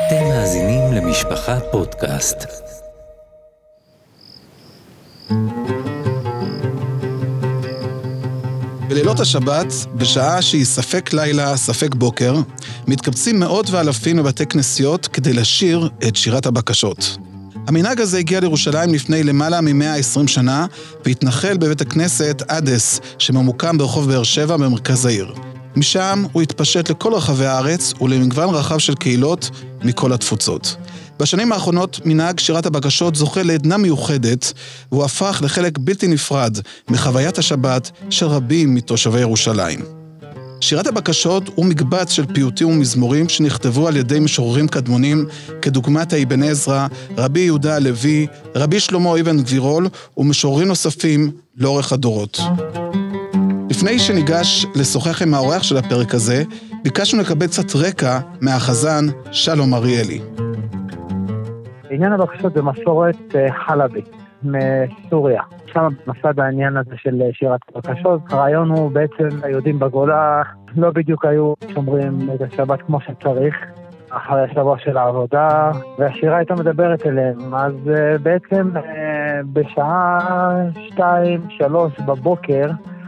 אתם מאזינים למשפחה פודקאסט. בלילות השבת, בשעה שהיא ספק לילה, ספק בוקר, מתקבצים מאות ואלפים בבתי כנסיות כדי לשיר את שירת הבקשות. המנהג הזה הגיע לירושלים לפני למעלה מ-120 שנה, והתנחל בבית הכנסת אדס, שממוקם ברחוב באר שבע במרכז העיר. משם הוא התפשט לכל רחבי הארץ ולמגוון רחב של קהילות מכל התפוצות. בשנים האחרונות מנהג שירת הבקשות זוכה לעדנה מיוחדת, והוא הפך לחלק בלתי נפרד מחוויית השבת של רבים מתושבי ירושלים. שירת הבקשות הוא מקבץ של פיוטים ומזמורים שנכתבו על ידי משוררים קדמונים, כדוגמת האבן עזרא, רבי יהודה הלוי, רבי שלמה אבן גבירול ומשוררים נוספים לאורך הדורות. לפני שניגש לשוחח עם האורח של הפרק הזה, ביקשנו לקבל קצת רקע מהחזן שלום אריאלי. עניין הבקשות זה מסורת חלבי מסוריה. שם מסד העניין הזה של שירת הבקשות. הרעיון הוא בעצם היהודים בגולה לא בדיוק היו שומרים את השבת כמו שצריך, אחרי השבוע של העבודה, והשירה הייתה מדברת אליהם. אז בעצם בשעה 2-3 בבוקר,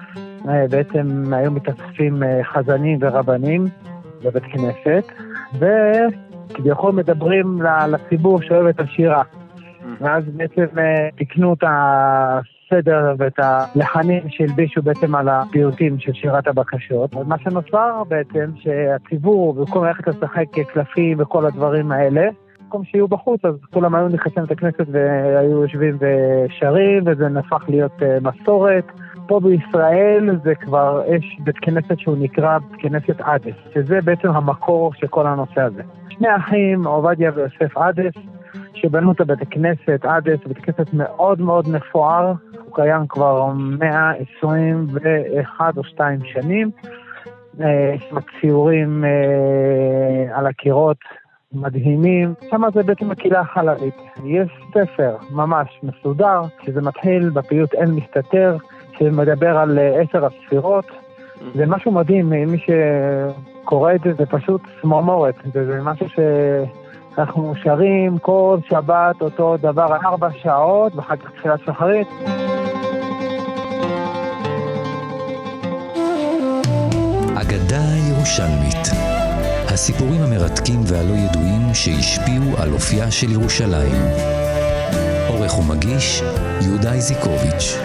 בעצם היו מתאספים חזנים ורבנים בבית כנסת, וכביכול מדברים לציבור שאוהב את השירה. ואז בעצם תקנו את הסדר ואת הלחנים שהלבישו בעצם על הפיוטים של שירת הבקשות. ומה שנוצר בעצם שהציבור, במקום ללכת לשחק קלפים וכל הדברים האלה, במקום שיהיו בחוץ, אז כולם היו נכנסים את הכנסת והיו יושבים ושרים, וזה נפך להיות מסורת. פה בישראל זה כבר יש בית כנסת שהוא נקרא בית כנסת אדס, שזה בעצם המקור של כל הנושא הזה. שני אחים, עובדיה ויוסף אדס, שבנו את בית כנסת אדס, בית כנסת מאוד מאוד מפואר, הוא קיים כבר 121 או 2 שנים, יש ציורים על הקירות מדהימים, שם זה בעצם הקהילה החלבית. יש ספר ממש מסודר, שזה מתחיל בפיוט אין מסתתר, שמדבר על 10 הספירות. זה משהו מדהים, מי שקורא את זה, זה פשוט סמרמורת. זה משהו שאנחנו שרים כל שבת אותו דבר 4 שעות, ואחר כך תפילת שחרית. אגדה ירושלמית. הסיפורים המרתקים והלא ידועים שהשפיעו על אופייה של ירושלים. עורך ומגיש יהודה איזיקוביץ'.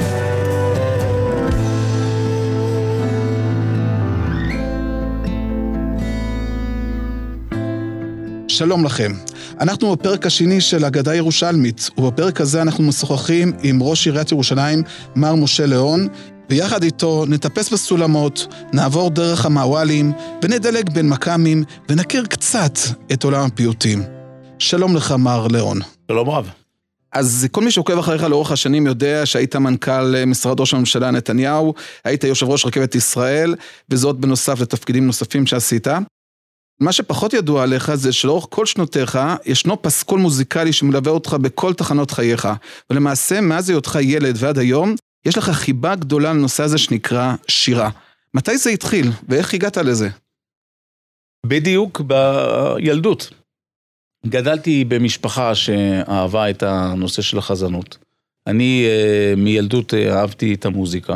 שלום לכם. אנחנו בפרק השני של אגדה ירושלמית, ובפרק הזה אנחנו משוחחים עם ראש עיריית ירושלים, מר משה ליאון, ויחד איתו נטפס בסולמות, נעבור דרך המעוולים, ונדלג בין מקמים, ונכיר קצת את עולם הפיוטים. שלום לך, מר ליאון. שלום רב. אז כל מי שעוקב אחריך לאורך השנים יודע שהיית מנכ"ל משרד ראש הממשלה נתניהו, היית יושב ראש רכבת ישראל, וזאת בנוסף לתפקידים נוספים שעשית. מה שפחות ידוע עליך זה שלאורך כל שנותיך ישנו פסקול מוזיקלי שמלווה אותך בכל תחנות חייך, ולמעשה מאז היותך ילד ועד היום יש לך חיבה גדולה לנושא הזה שנקרא שירה. מתי זה התחיל ואיך הגעת לזה? בדיוק בילדות. גדלתי במשפחה שאהבה את הנושא של החזנות. אני מילדות אהבתי את המוזיקה.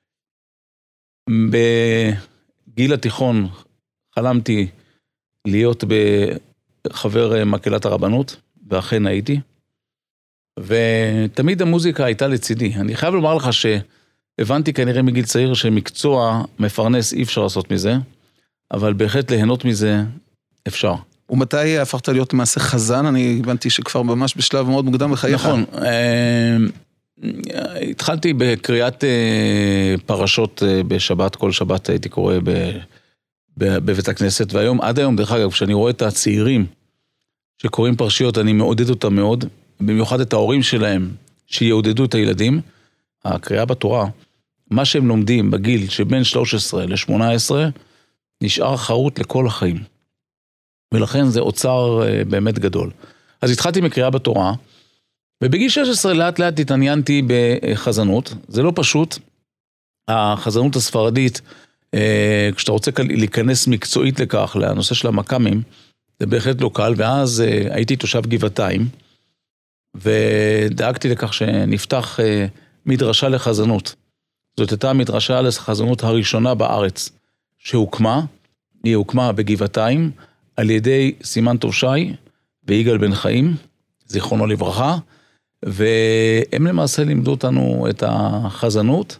בגיל התיכון חלמתי להיות בחבר מקהלת הרבנות, ואכן הייתי. ותמיד המוזיקה הייתה לצידי. אני חייב לומר לך שהבנתי כנראה מגיל צעיר שמקצוע מפרנס אי אפשר לעשות מזה, אבל בהחלט ליהנות מזה אפשר. ומתי הפכת להיות למעשה חזן? אני הבנתי שכבר ממש בשלב מאוד מוקדם בחייך. נכון. התחלתי בקריאת פרשות בשבת, כל שבת הייתי קורא בבית הכנסת, והיום, עד היום, דרך אגב, כשאני רואה את הצעירים שקוראים פרשיות, אני מעודד אותם מאוד, במיוחד את ההורים שלהם, שיעודדו את הילדים. הקריאה בתורה, מה שהם לומדים בגיל שבין 13 ל-18, נשאר חרוט לכל החיים. ולכן זה אוצר באמת גדול. אז התחלתי מקריאה בתורה, ובגיל 16 לאט לאט התעניינתי בחזנות. זה לא פשוט. החזנות הספרדית, כשאתה רוצה להיכנס מקצועית לכך, לנושא של המקמים, זה בהחלט לא קל, ואז הייתי תושב גבעתיים, ודאגתי לכך שנפתח מדרשה לחזנות. זאת הייתה המדרשה לחזנות הראשונה בארץ שהוקמה, היא הוקמה בגבעתיים, על ידי סימן טוב שי ויגאל בן חיים, זיכרונו לברכה, והם למעשה לימדו אותנו את החזנות,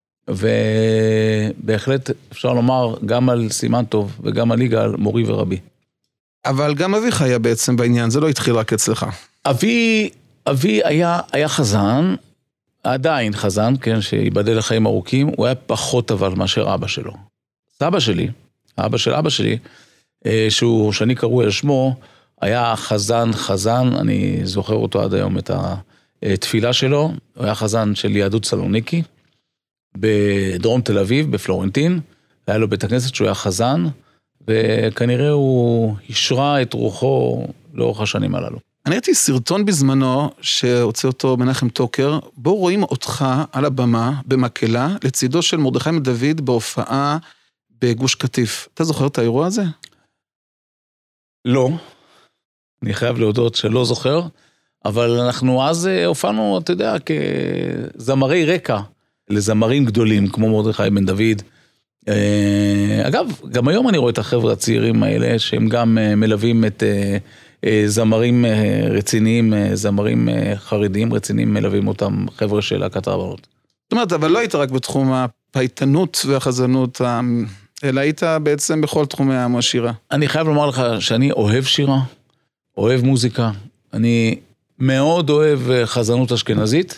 ובהחלט אפשר לומר גם על סימן טוב וגם על יגאל מורי ורבי. אבל גם אביך היה בעצם בעניין, זה לא התחיל רק אצלך. אבי היה חזן, עדיין חזן, כן, שיבדל לחיים ארוכים, הוא היה פחות אבל מאשר אבא שלו. סבא שלי, האבא של אבא שלי, שאני קראו על שמו, היה חזן, אני זוכר אותו עד היום את התפילה שלו, הוא היה חזן של יהדות סלוניקי, בדרום תל אביב, בפלורנטין, היה לו בית הכנסת שהוא היה חזן, וכנראה הוא השרה את רוחו לאורך השנים הללו. אני ראיתי סרטון בזמנו שהוציא אותו מנחם טוקר, בו רואים אותך על הבמה במקהלה לצידו של מרדכי דוד בהופעה בגוש קטיף. אתה זוכר את האירוע הזה? לא, אני חייב להודות שלא זוכר, אבל אנחנו אז הופענו, אתה יודע, כזמרי רקע לזמרים גדולים כמו מרדכי בן דוד. אגב, גם היום אני רואה את החבר'ה הצעירים האלה שהם גם מלווים את זמרים רציניים, זמרים חרדיים רציניים, מלווים אותם חבר'ה של להקת הרבנות. זאת אומרת, אבל לא היית רק בתחום הפייטנות והחזנות, אלא היית בעצם בכל תחומי השירה. אני חייב לומר לך שאני אוהב שירה, אוהב מוזיקה, אני מאוד אוהב חזנות אשכנזית.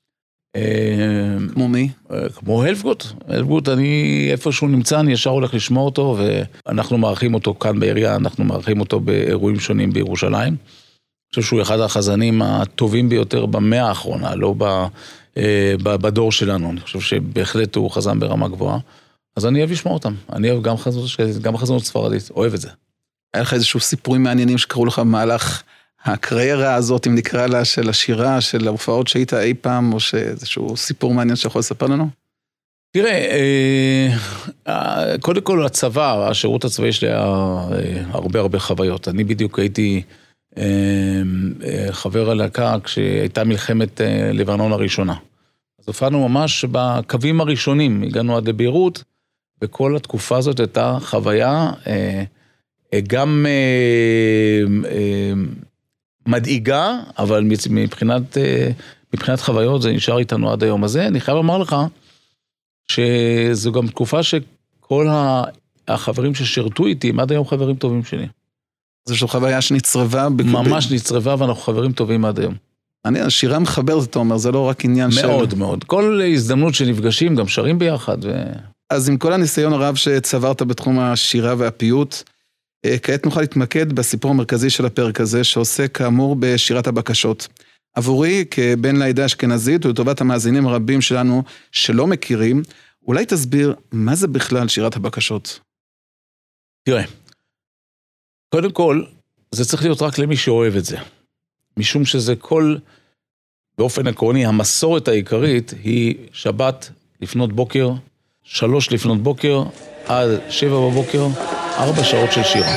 כמו מי? כמו הלפגוט, אני איפשהו נמצא, אני ישר הולך לשמוע אותו, ואנחנו מערכים אותו כאן בעירייה, אנחנו מערכים אותו באירועים שונים בירושלים. אני חושב שהוא אחד החזנים הטובים ביותר במאה האחרונה, לא בדור שלנו, אני חושב שבהחלט הוא חזן ברמה גבוהה, אז אני אוהב לשמוע אותם, אני אוהב גם חזנות ספרדית, אוהב את זה. היה לך איזשהו סיפורים מעניינים שקראו לך במהלך הקריירה הזאת, אם נקרא לה, של השירה, של ההופעות שהיית אי פעם, או שאיזשהו סיפור מעניין שיכול לספר לנו? תראה, קודם כל הצבא, השירות הצבאי שלי היה הרבה חוויות. אני בדיוק הייתי חבר הלהקה כשהייתה מלחמת לבנון הראשונה. אז הופענו ממש בקווים הראשונים, הגענו עד לביירות, וכל התקופה הזאת הייתה חוויה גם מדאיגה, אבל מבחינת חוויות זה נשאר איתנו עד היום הזה. אני חייב לומר לך שזו גם תקופה שכל החברים ששירתו איתי הם עד היום חברים טובים שלי. זו חוויה שנצרבה? ממש נצרבה, ואנחנו חברים טובים עד היום. השירה מחברת, אתה אומר, זה לא רק עניין של... מאוד. כל הזדמנות שנפגשים, גם שרים ביחד. אז עם כל הניסיון הרב שצברת בתחום השירה והפיוט, כעת נוכל להתמקד בסיפור המרכזי של הפרק הזה, שעוסק כאמור בשירת הבקשות. עבורי, כבן לעדה האשכנזית, ולטובת המאזינים הרבים שלנו שלא מכירים, אולי תסביר מה זה בכלל שירת הבקשות? תראה, קודם כל, זה צריך להיות רק למי שאוהב את זה. משום שזה באופן עקרוני, המסורת העיקרית היא שבת לפנות בוקר, 3 לפנות בוקר, עד 7 בבוקר, 4 שעות של שירה.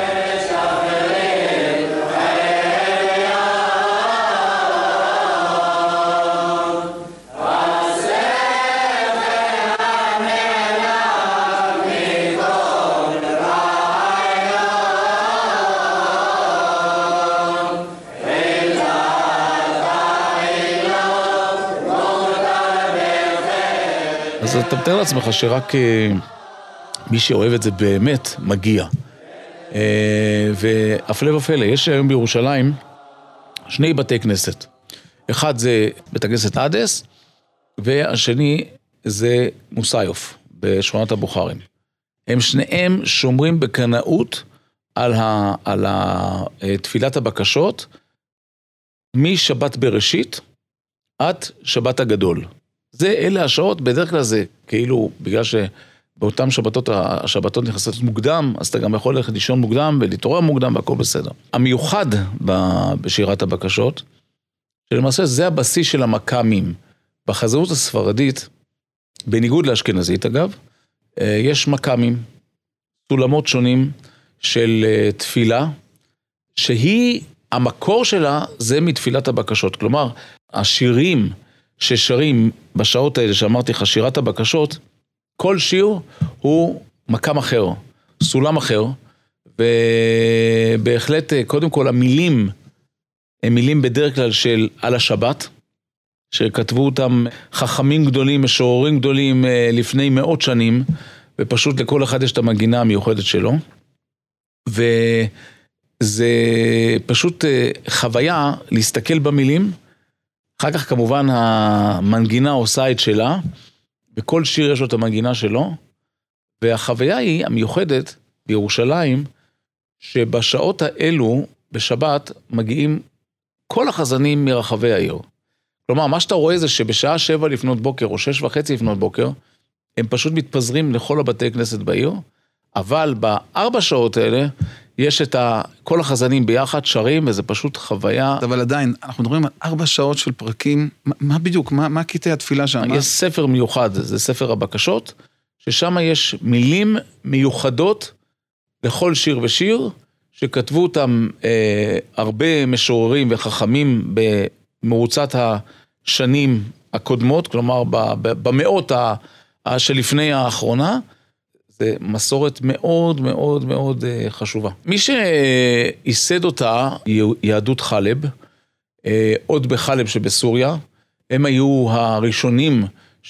אז אתה מתאר לעצמך שרק מי שאוהב את זה באמת מגיע. והפלא ופלא, יש היום בירושלים 2 בתי כנסת. אחד זה בית הכנסת עדס, והשני זה מוסיוף, בשכונת הבוכרים. הם שניהם שומרים בקנאות על תפילת הבקשות, משבת בראשית עד שבת הגדול. אלה השעות, בדרך כלל זה כאילו, בגלל שבאותם השבתות נכנסות מוקדם, אז אתה גם יכול ללכת לישון מוקדם ולהתעורר מוקדם והכל בסדר. המיוחד בשירת הבקשות, שלמעשה זה הבסיס של המקאמים. בחזנות הספרדית, בניגוד לאשכנזית אגב, יש מקאמים, סולמות שונים של תפילה, שהיא, המקור שלה זה מתפילת הבקשות. כלומר, השירים ששרים בשעות האלה שאמרתי לך, שירת הבקשות, כל שיר הוא מקם אחר, סולם אחר, ובהחלט, קודם כל, המילים, הם מילים בדרך כלל של על השבת, שכתבו אותם חכמים גדולים, משוררים גדולים לפני מאות שנים, ופשוט לכל אחד יש את המנגינה המיוחדת שלו, וזה פשוט חוויה להסתכל במילים, אחר כך כמובן המנגינה עושה את שלה, וכל שיר יש לו את המנגינה שלו, והחוויה היא המיוחדת בירושלים, שבשעות האלו, בשבת, מגיעים כל החזנים מרחבי העיר. כלומר, מה שאתה רואה זה שבשעה 7 לפנות בוקר, או 6:30 לפנות בוקר, הם פשוט מתפזרים לכל הבתי כנסת בעיר, אבל ב4 שעות האלה, יש את כל החזנים ביחד, שרים, וזה פשוט חוויה. אבל עדיין, אנחנו מדברים על 4 שעות של פרקים, מה בדיוק, מה קטעי התפילה שם? יש ספר מיוחד, זה ספר הבקשות, ששם יש מילים מיוחדות לכל שיר ושיר, שכתבו אותם הרבה משוררים וחכמים במרוצת השנים הקודמות, כלומר במאות שלפני האחרונה, זה מסורת מאוד מאוד מאוד חשובה. מי שייסד אותה, יהדות חלב, עוד בחלב שבסוריה, הם היו הראשונים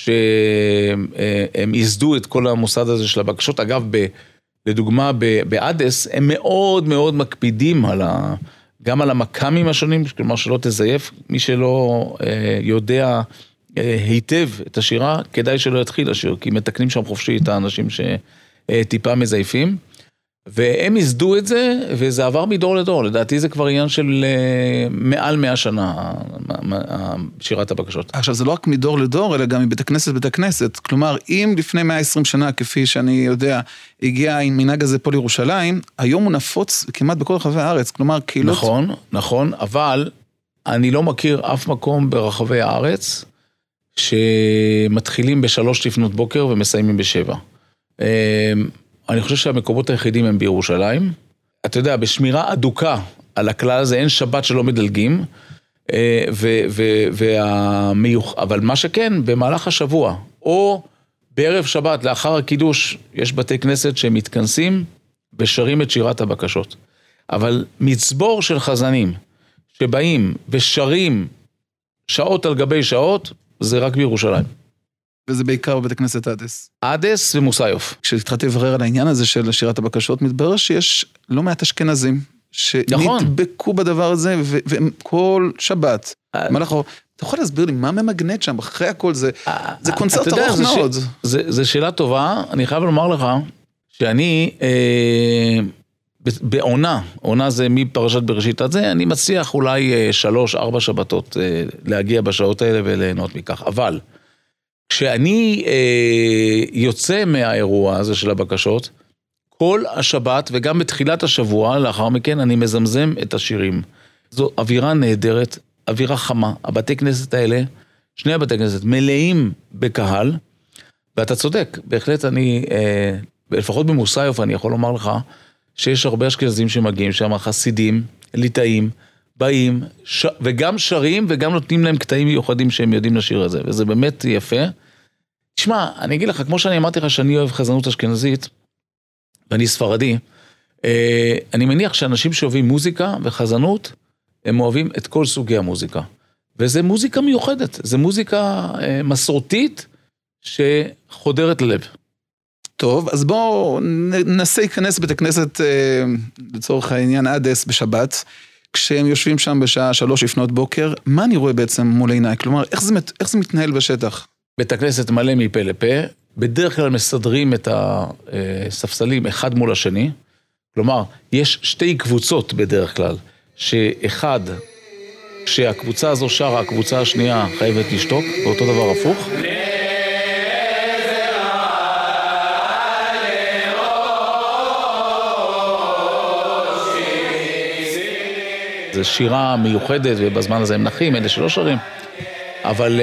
שהם ייסדו את כל המוסד הזה של הבקשות. אגב, לדוגמה, באדס, הם מאוד מאוד מקפידים גם על המקמים השונים, כלומר שלא תזייף, מי שלא יודע היטב את השירה, כדאי שלא יתחיל לשיר, כי מתקנים שם חופשי את האנשים שטיפה מזייפים, והם ייסדו את זה, וזה עבר מדור לדור, לדעתי זה כבר עניין של מעל 100 שנה, שירת הבקשות. עכשיו זה לא רק מדור לדור, אלא גם מבית הכנסת לבית הכנסת, כלומר, אם לפני 120 שנה, כפי שאני יודע, הגיע עם מנהג הזה פה לירושלים, היום הוא נפוץ כמעט בכל רחבי הארץ, כלומר, קהילות... נכון, אבל אני לא מכיר אף מקום ברחבי הארץ, שמתחילים ב3 לפנות בוקר ומסיימים ב7. אני חושב שהמקומות היחידים הם בירושלים. אתה יודע, בשמירה אדוקה על הכלל הזה, אין שבת שלא מדלגים, אבל מה שכן, במהלך השבוע, או בערב שבת, לאחר הקידוש, יש בתי כנסת שמתכנסים ושרים את שירת הבקשות. אבל מצבור של חזנים שבאים ושרים שעות על גבי שעות, זה רק בירושלים. וזה בעיקר בבית הכנסת אדס. אדס ומוסאיוף. כשהתחלתי לברר על העניין הזה של שירת הבקשות, מתברר שיש לא מעט אשכנזים, שנדבקו בדבר הזה, וכל שבת. אתה יכול להסביר לי, מה ממגנט שם? אחרי הכל זה קונצרט ארוך מאוד. זה שאלה טובה, אני חייב לומר לך, שאני עונה זה מפרשת בראשית עד זה, אני מצליח אולי 3-4 שבתות להגיע בשעות האלה וליהנות מכך, אבל כשאני יוצא מהאירוע הזה של הבקשות, כל השבת וגם בתחילת השבוע, לאחר מכן אני מזמזם את השירים. זו אווירה נהדרת, אווירה חמה. הבתי כנסת האלה, שני הבתי כנסת, מלאים בקהל, ואתה צודק, בהחלט אני, לפחות במוסאיוף אני יכול לומר לך, שיש הרבה אשכנזים שמגיעים שם, חסידים, ליטאים, באים, וגם שרים, וגם נותנים להם קטעים מיוחדים שהם יודעים לשיר את זה, וזה באמת יפה. תשמע, אני אגיד לך, כמו שאני אמרתי לך שאני אוהב חזנות אשכנזית, ואני ספרדי, אני מניח שאנשים שאוהבים מוזיקה וחזנות, הם אוהבים את כל סוגי המוזיקה. וזה מוזיקה מיוחדת, זה מוזיקה מסורתית שחודרת ללב. טוב, אז בואו ננסה להיכנס בית הכנסת לצורך העניין אדס בשבת, כשהם יושבים שם בשעה 3 לפנות בוקר, מה אני רואה בעצם מול עיניי? כלומר, איך זה מתנהל בשטח? בית הכנסת מלא מפה לפה, בדרך כלל מסדרים את הספסלים אחד מול השני, כלומר, יש 2 קבוצות בדרך כלל, שאחד, שהקבוצה הזו שרה, הקבוצה השנייה חייבת לשתוק, ואותו דבר הפוך. זה שירה מיוחדת, ובזמן הזה הם נחים, אלה שלא שרים, אבל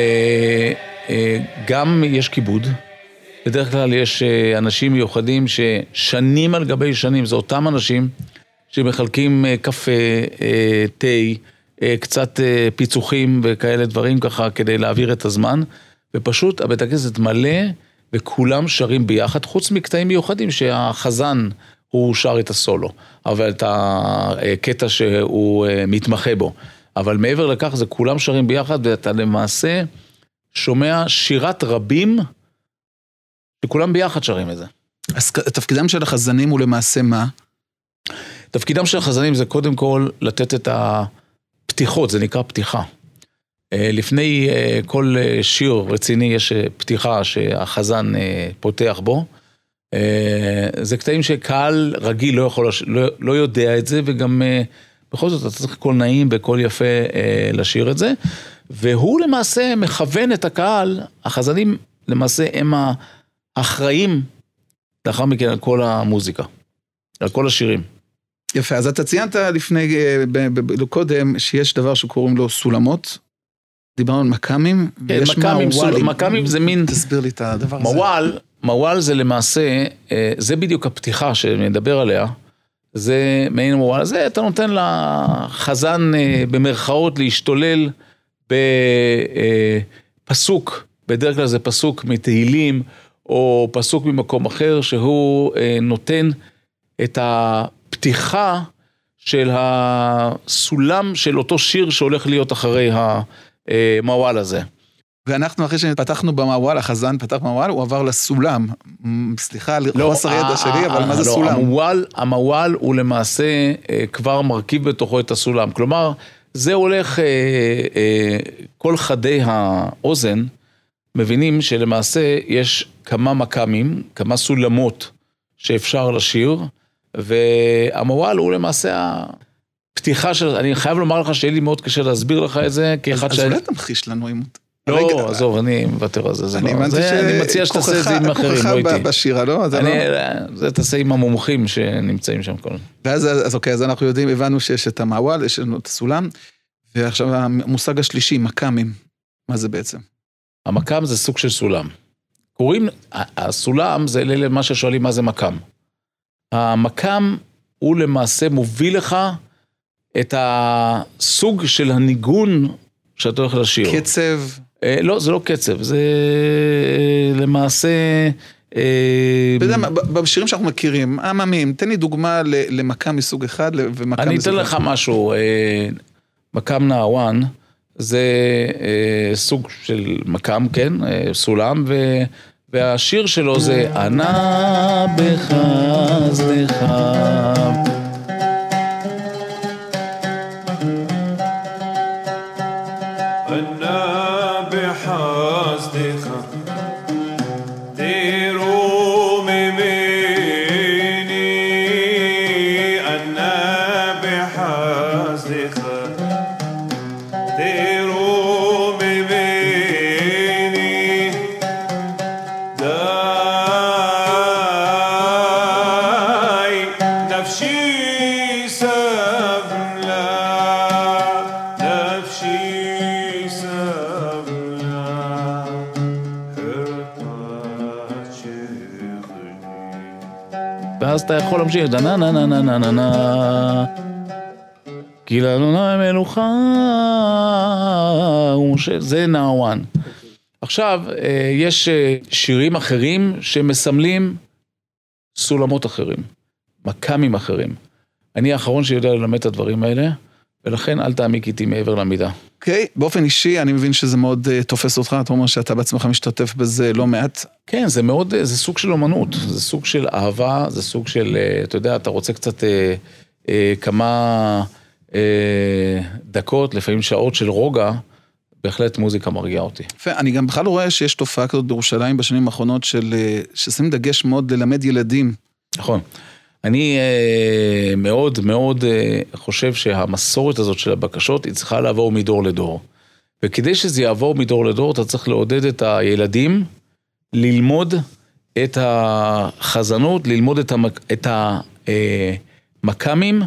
גם יש כיבוד, בדרך כלל יש אנשים מיוחדים ששנים על גבי שנים, זה אותם אנשים שמחלקים קפה, תה, קצת פיצוחים וכאלה דברים ככה כדי להעביר את הזמן, ופשוט הבית הכנסת מלא וכולם שרים ביחד, חוץ מקטעים מיוחדים שהחזן הוא שר את הסולו, אבל את הקטע שהוא מתמחה בו. אבל מעבר לכך זה כולם שרים ביחד, ואתה למעשה שומע שירת רבים, וכולם ביחד שרים את זה. אז תפקידם של החזנים הוא למעשה מה? תפקידם של החזנים זה קודם כל לתת את הפתיחות, זה נקרא פתיחה. לפני כל שיר רציני יש פתיחה שהחזן פותח בו. זה קטעים שקהל רגיל לא יודע את זה, וגם בכל זאת אתה צריך קול נעים וקול יפה לשיר את זה. והוא למעשה מכוון את הקהל, החזנים למעשה הם האחראים לאחר מכן על כל המוזיקה, על כל השירים. יפה, אז אתה ציינת לפני, קודם, שיש דבר שקוראים לו סולמות, דיברנו על מקמים, כן, מקמים זה מין, תסביר לי את הדבר הזה. מוואל זה למעשה, זה בדיוק הפתיחה שנדבר עליה, זה מעין מוואל, זה אתה נותן לחזן במרכאות להשתולל בפסוק, בדרך כלל זה פסוק מתהילים, או פסוק ממקום אחר, שהוא נותן את הפתיחה של הסולם של אותו שיר שהולך להיות אחרי המוואל הזה. ואנחנו אחרי שפתחנו במוואל, החזן פתח במוואל, הוא עבר לסולם. סליחה, חוסר ידע שלי, אבל מה זה סולם? המוואל הוא למעשה כבר מרכיב בתוכו את הסולם. כלומר, זה הולך, כל חדי האוזן, מבינים שלמעשה יש כמה מקמים, כמה סולמות שאפשר לשיר, והמוואל הוא למעשה הפתיחה של, אני חייב לומר לך שיהיה לי מאוד קשה להסביר לך את זה, כאחד אז אולי תמחיש לנו אם... לא, עזוב, אני מוותר על זה. אני מציע שתעשה את זה עם אחרים, לא איתי. בשירה, לא? זה תעשה עם המומחים שנמצאים שם כל. אז אוקיי, אז אנחנו יודעים, הבנו שיש את המוואל, יש לנו את הסולם, ועכשיו המושג השלישי, מקמים. מה זה בעצם? המקם זה סוג של סולם. קוראים, הסולם זה למה ששואלים מה זה מקם. המקם הוא למעשה מוביל לך את הסוג של הניגון שאתה הולך לשיר. קצב? לא, זה לא קצב, זה למעשה... בשירים שאנחנו מכירים, עממים, תן לי דוגמה למקם מסוג אחד ומקם אני אתן לך משהו, מקם נעוואן, זה סוג של מקם, כן, סולם, והשיר שלו זה ענה בחסדך. ואז אתה יכול להמשיך, נה נה נה נה נה נה נה, כי לאדוני מלוכה, זה נעוואן. עכשיו, יש שירים אחרים שמסמלים סולמות אחרים, מקמים אחרים. אני האחרון שיודע ללמד את הדברים האלה, ולכן אל תעמיק איתי מעבר למידה. אוקיי, באופן אישי אני מבין שזה מאוד תופס אותך, אתה אומר שאתה בעצמך משתתף בזה לא מעט. כן, זה מאוד, זה סוג של אומנות, זה סוג של אהבה, זה סוג של, אתה יודע, אתה רוצה קצת כמה דקות, לפעמים שעות של רוגע, בהחלט מוזיקה מרגיעה אותי. אני גם בכלל רואה שיש תופעה כזאת בירושלים בשנים האחרונות, ששמים דגש מאוד ללמד ילדים. נכון. אני מאוד מאוד חושב שהמסורת הזאת של הבקשות, היא צריכה לעבור מדור לדור. וכדי שזה יעבור מדור לדור, אתה צריך לעודד את הילדים, ללמוד את החזנות, ללמוד את המקמים,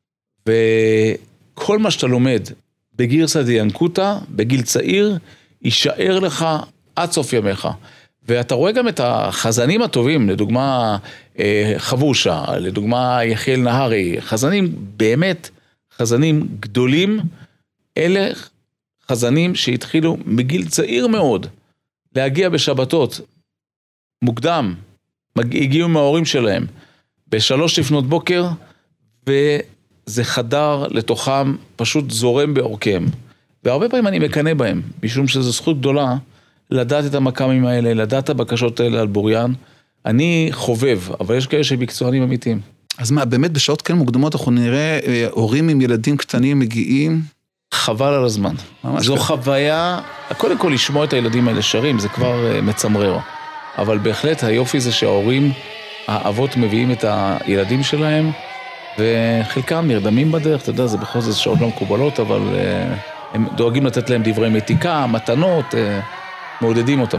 וכל מה שאתה לומד בגירסא דינקותא, בגיל צעיר, יישאר לך עד סוף ימיך. ואתה רואה גם את החזנים הטובים, לדוגמה חבושה, לדוגמה יחיאל נהרי, חזנים באמת, חזנים גדולים, אלה חזנים שהתחילו מגיל צעיר מאוד להגיע בשבתות, מוקדם, הגיעו מההורים שלהם, ב3 לפנות בוקר, וזה חדר לתוכם, פשוט זורם באורקיהם. והרבה פעמים אני מקנה בהם, משום שזו זכות גדולה, לדעת את המקמים האלה, לדעת את הבקשות האלה על בוריין. אני חובב, אבל יש כאלה שמקצוענים אמיתיים. אז מה, באמת בשעות כן מוקדמות אנחנו נראה הורים עם ילדים קטנים מגיעים? חבל על הזמן. זו חוויה, קודם כל לשמוע את הילדים האלה שרים, זה כבר מצמרר. אבל בהחלט היופי זה שההורים, האבות מביאים את הילדים שלהם, וחלקם נרדמים בדרך, אתה יודע, זה בכל זאת שעות לא מקובלות, אבל הם דואגים לתת להם דברי מתיקה, מתנות, מעודדים אותם.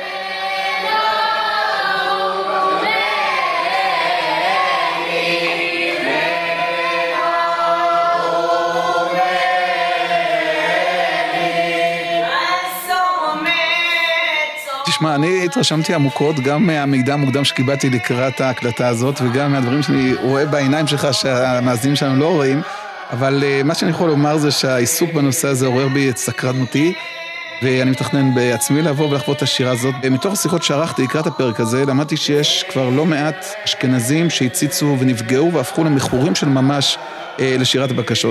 תשמע, אני התרשמתי עמוקות גם מהמידע המוקדם שקיבלתי לקראת ההקלטה הזאת, וגם מהדברים שאני רואה בעיניים שלך שהמאזינים שלנו לא רואים, אבל מה שאני יכול לומר זה שהעיסוק בנושא הזה עורר בי את סקרנותי, ואני מתכנן בעצמי לבוא ולחוות את השירה הזאת. מתוך השיחות שערכתי לקראת הפרק הזה, למדתי שיש כבר לא מעט אשכנזים שהציצו ונפגעו והפכו למכורים של ממש לשירת הבקשות.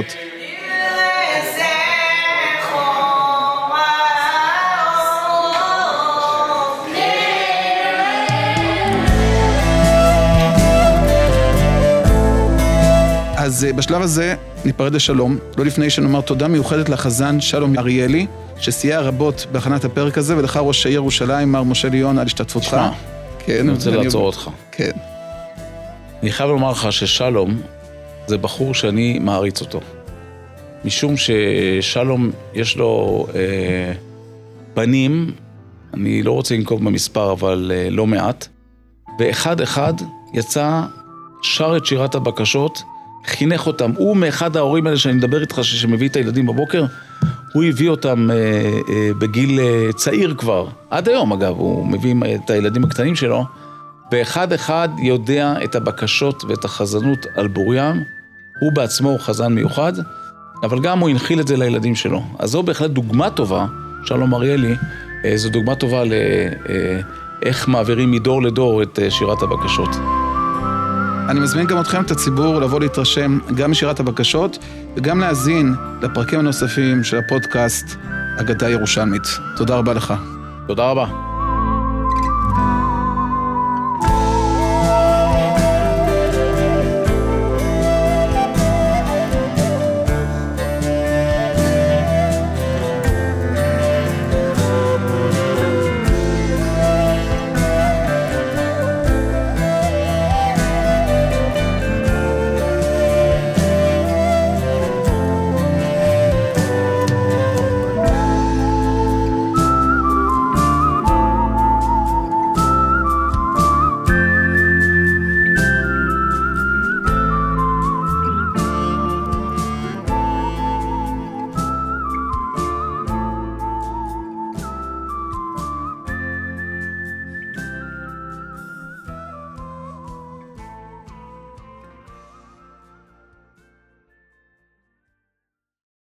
אז בשלב הזה ניפרד לשלום, לא לפני שנאמר תודה מיוחדת לחזן שלום אריאלי, שסייע רבות בהכנת הפרק הזה, ולך ראש העיר ירושלים, מר משה ליון, על השתתפותך. שמע, כן, אני רוצה לעצור אותך. כן. אני חייב לומר לך ששלום זה בחור שאני מעריץ אותו. משום ששלום יש לו בנים, אני לא רוצה לנקוב במספר, אבל לא מעט, ואחד יצא, שר את שירת הבקשות, חינך אותם, הוא מאחד ההורים האלה שאני מדבר איתך שמביא את הילדים בבוקר, הוא הביא אותם בגיל צעיר כבר, עד היום אגב, הוא מביא את הילדים הקטנים שלו, ואחד יודע את הבקשות ואת החזנות על בוריין, הוא בעצמו הוא חזן מיוחד, אבל גם הוא הנחיל את זה לילדים שלו. אז זו בהחלט דוגמה טובה, שלום אריאלי, זו דוגמה טובה לאיך מעבירים מדור לדור את שירת הבקשות. אני מזמין גם אתכם, את הציבור, לבוא להתרשם גם משירת הבקשות, וגם להאזין לפרקים הנוספים של הפודקאסט אגדה ירושלמית. תודה רבה לך. תודה רבה.